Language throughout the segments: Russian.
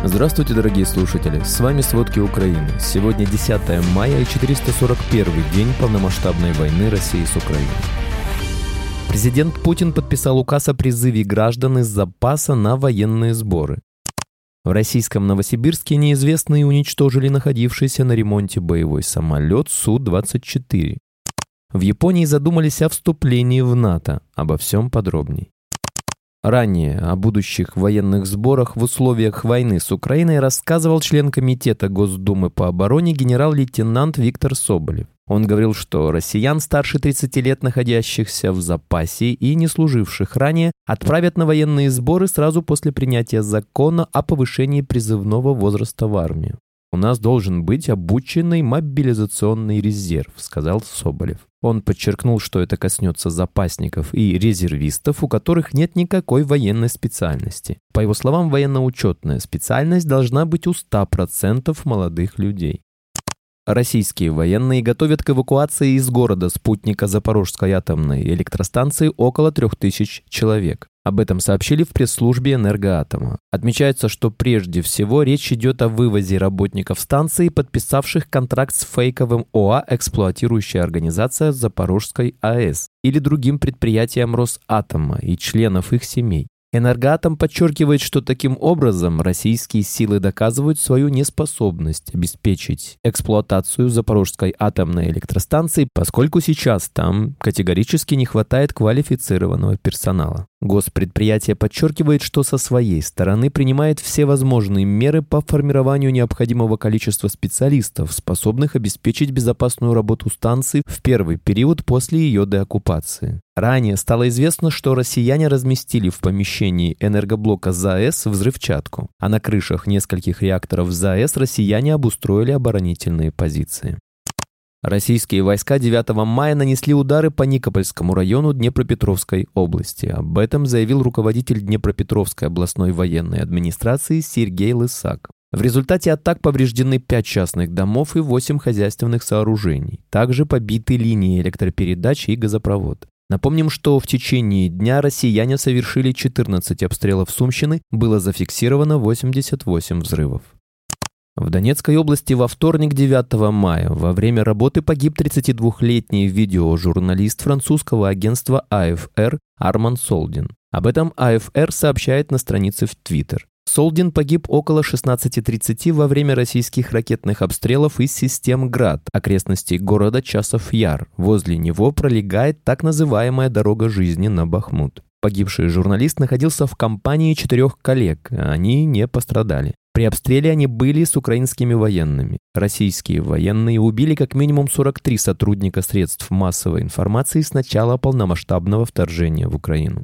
Здравствуйте, дорогие слушатели! С вами «Сводки Украины». Сегодня 10 мая и 441-й день полномасштабной войны России с Украиной. Президент Путин подписал указ о призыве граждан из запаса на военные сборы. В российском Новосибирске неизвестные уничтожили находившийся на ремонте боевой самолет Су-24. В Японии задумались о вступлении в НАТО. Обо всем подробней. Ранее о будущих военных сборах в условиях войны с Украиной рассказывал член Комитета Госдумы по обороне генерал-лейтенант Виктор Соболев. Он говорил, что россиян старше 30 лет, находящихся в запасе и не служивших ранее, отправят на военные сборы сразу после принятия закона о повышении призывного возраста в армию. «У нас должен быть обученный мобилизационный резерв», — сказал Соболев. Он подчеркнул, что это коснется запасников и резервистов, у которых нет никакой военной специальности. По его словам, военно-учетная специальность должна быть у 100% молодых людей. Российские военные готовят к эвакуации из города-спутника Запорожской атомной электростанции около 3000 человек. Об этом сообщили в пресс-службе «Энергоатома». Отмечается, что прежде всего речь идет о вывозе работников станции, подписавших контракт с фейковым ОАО «Эксплуатирующая организация Запорожской АЭС» или другим предприятиям Росатома и членов их семей. «Энергоатом» подчеркивает, что таким образом российские силы доказывают свою неспособность обеспечить эксплуатацию Запорожской атомной электростанции, поскольку сейчас там категорически не хватает квалифицированного персонала. Госпредприятие подчеркивает, что со своей стороны принимает все возможные меры по формированию необходимого количества специалистов, способных обеспечить безопасную работу станции в первый период после ее деоккупации. Ранее стало известно, что россияне разместили в помещении энергоблока ЗАЭС взрывчатку, а на крышах нескольких реакторов ЗАЭС россияне обустроили оборонительные позиции. Российские войска 9 мая нанесли удары по Никопольскому району Днепропетровской области. Об этом заявил руководитель Днепропетровской областной военной администрации Сергей Лысак. В результате атак повреждены 5 частных домов и 8 хозяйственных сооружений. Также побиты линии электропередач и газопровод. Напомним, что в течение дня россияне совершили 14 обстрелов Сумщины, было зафиксировано 88 взрывов. В Донецкой области во вторник 9 мая во время работы погиб 32-летний видеожурналист французского агентства АФР Арман Солдин. Об этом АФР сообщает на странице в Твиттер. Солдин погиб около 16:30 во время российских ракетных обстрелов из систем «Град» окрестностей города Часов-Яр. Возле него пролегает так называемая «дорога жизни» на Бахмут. Погибший журналист находился в компании 4 коллег, они не пострадали. При обстреле они были с украинскими военными. Российские военные убили как минимум 43 сотрудника средств массовой информации с начала полномасштабного вторжения в Украину.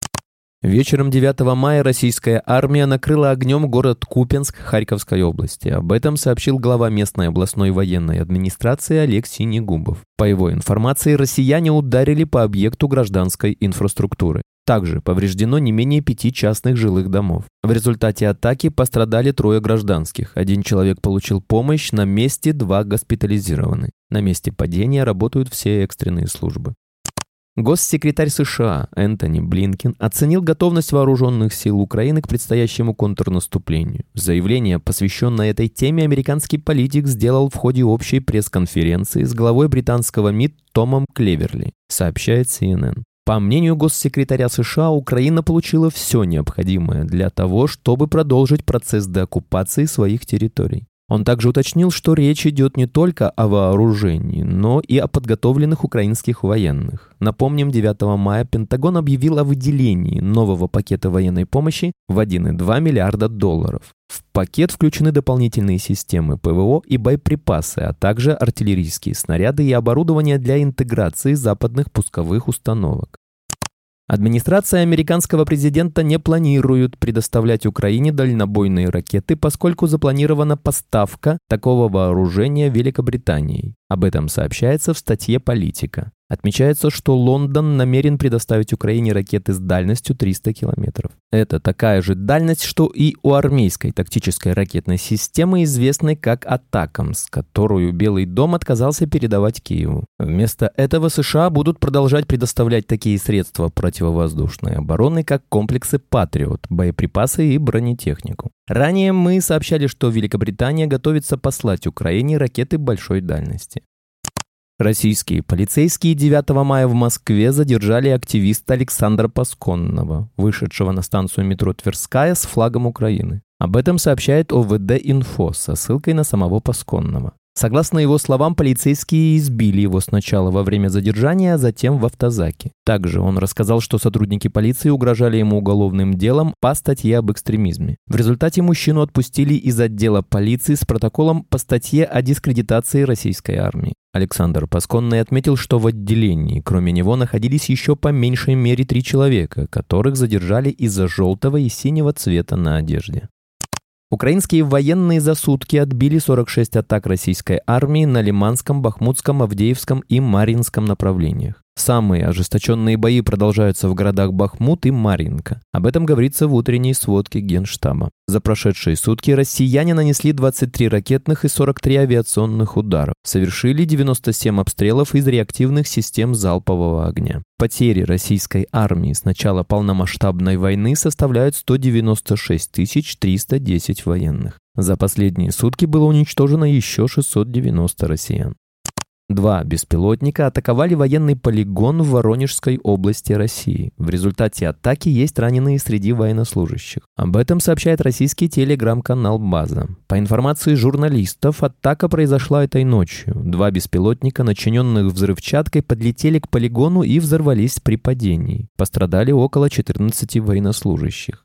Вечером 9 мая российская армия накрыла огнем город Купянск Харьковской области. Об этом сообщил глава местной областной военной администрации Олег Синегубов. По его информации, россияне ударили по объекту гражданской инфраструктуры. Также повреждено не менее 5 частных жилых домов. В результате атаки пострадали 3 гражданских. 1 человек получил помощь, на месте 2 госпитализированы. На месте падения работают все экстренные службы. Госсекретарь США Энтони Блинкен оценил готовность вооруженных сил Украины к предстоящему контрнаступлению. Заявление, посвященное этой теме, американский политик сделал в ходе общей пресс-конференции с главой британского МИД Томом Клеверли, сообщает CNN. По мнению госсекретаря США, Украина получила все необходимое для того, чтобы продолжить процесс деоккупации своих территорий. Он также уточнил, что речь идет не только о вооружении, но и о подготовленных украинских военных. Напомним, 9 мая Пентагон объявил о выделении нового пакета военной помощи в $1,2 миллиарда. В пакет включены дополнительные системы ПВО и боеприпасы, а также артиллерийские снаряды и оборудование для интеграции западных пусковых установок. Администрация американского президента не планирует предоставлять Украине дальнобойные ракеты, поскольку запланирована поставка такого вооружения Великобританией. Об этом сообщается в статье «Политика». Отмечается, что Лондон намерен предоставить Украине ракеты с дальностью 300 километров. Это такая же дальность, что и у армейской тактической ракетной системы, известной как «Атакамс», которую Белый дом отказался передавать Киеву. Вместо этого США будут продолжать предоставлять такие средства противовоздушной обороны, как комплексы «Патриот», боеприпасы и бронетехнику. Ранее мы сообщали, что Великобритания готовится послать Украине ракеты большой дальности. Российские полицейские 9 мая в Москве задержали активиста Александра Пасконного, вышедшего на станцию метро Тверская с флагом Украины. Об этом сообщает ОВД-Инфо со ссылкой на самого Пасконного. Согласно его словам, полицейские избили его сначала во время задержания, а затем в автозаке. Также он рассказал, что сотрудники полиции угрожали ему уголовным делом по статье об экстремизме. В результате мужчину отпустили из отдела полиции с протоколом по статье о дискредитации российской армии. Александр Пасконный отметил, что в отделении, кроме него, находились еще по меньшей мере 3 человека, которых задержали из-за желтого и синего цвета на одежде. Украинские военные за сутки отбили 46 атак российской армии на Лиманском, Бахмутском, Авдеевском и Марьинском направлениях. Самые ожесточенные бои продолжаются в городах Бахмут и Марьинка. Об этом говорится в утренней сводке Генштаба. За прошедшие сутки россияне нанесли 23 ракетных и 43 авиационных ударов, совершили 97 обстрелов из реактивных систем залпового огня. Потери российской армии с начала полномасштабной войны составляют 196 310 военных. За последние сутки было уничтожено еще 690 россиян. 2 беспилотника атаковали военный полигон в Воронежской области России. В результате атаки есть раненые среди военнослужащих. Об этом сообщает российский телеграм-канал «База». По информации журналистов, атака произошла этой ночью. 2 беспилотника, начиненных взрывчаткой, подлетели к полигону и взорвались при падении. Пострадали около 14 военнослужащих.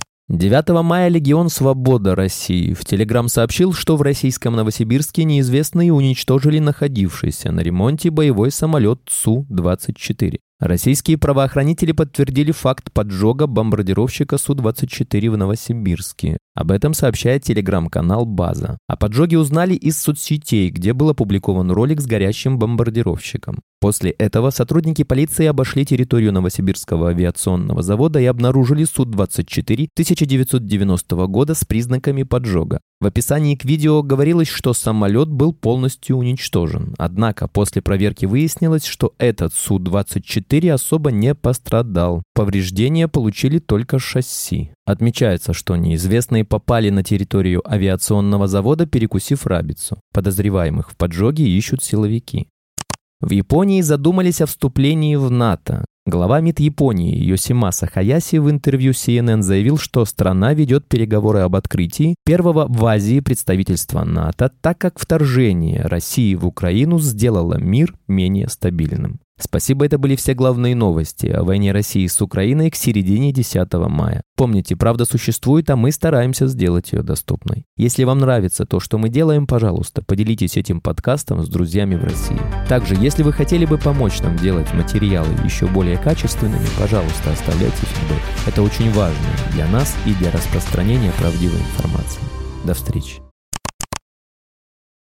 9 мая Легион «Свобода России» в Телеграм сообщил, что в российском Новосибирске неизвестные уничтожили находившийся на ремонте боевой самолет Су-24. Российские правоохранители подтвердили факт поджога бомбардировщика Су-24 в Новосибирске. Об этом сообщает телеграм-канал «База». О поджоге узнали из соцсетей, где был опубликован ролик с горящим бомбардировщиком. После этого сотрудники полиции обошли территорию Новосибирского авиационного завода и обнаружили Су-24 1990 года с признаками поджога. В описании к видео говорилось, что самолет был полностью уничтожен. Однако после проверки выяснилось, что этот Су-24 особо не пострадал. Повреждения получили только шасси. Отмечается, что неизвестные попали на территорию авиационного завода, перекусив рабицу. Подозреваемых в поджоге ищут силовики. В Японии задумались о вступлении в НАТО. Глава МИД Японии Йосимаса Хаяси в интервью CNN заявил, что страна ведет переговоры об открытии первого в Азии представительства НАТО, так как вторжение России в Украину сделало мир менее стабильным. Спасибо, это были все главные новости о войне России с Украиной к середине 10 мая. Помните, правда существует, а мы стараемся сделать ее доступной. Если вам нравится то, что мы делаем, пожалуйста, поделитесь этим подкастом с друзьями в России. Также, если вы хотели бы помочь нам делать материалы еще более качественными, пожалуйста, оставляйте фидбэк. Это очень важно для нас и для распространения правдивой информации. До встречи.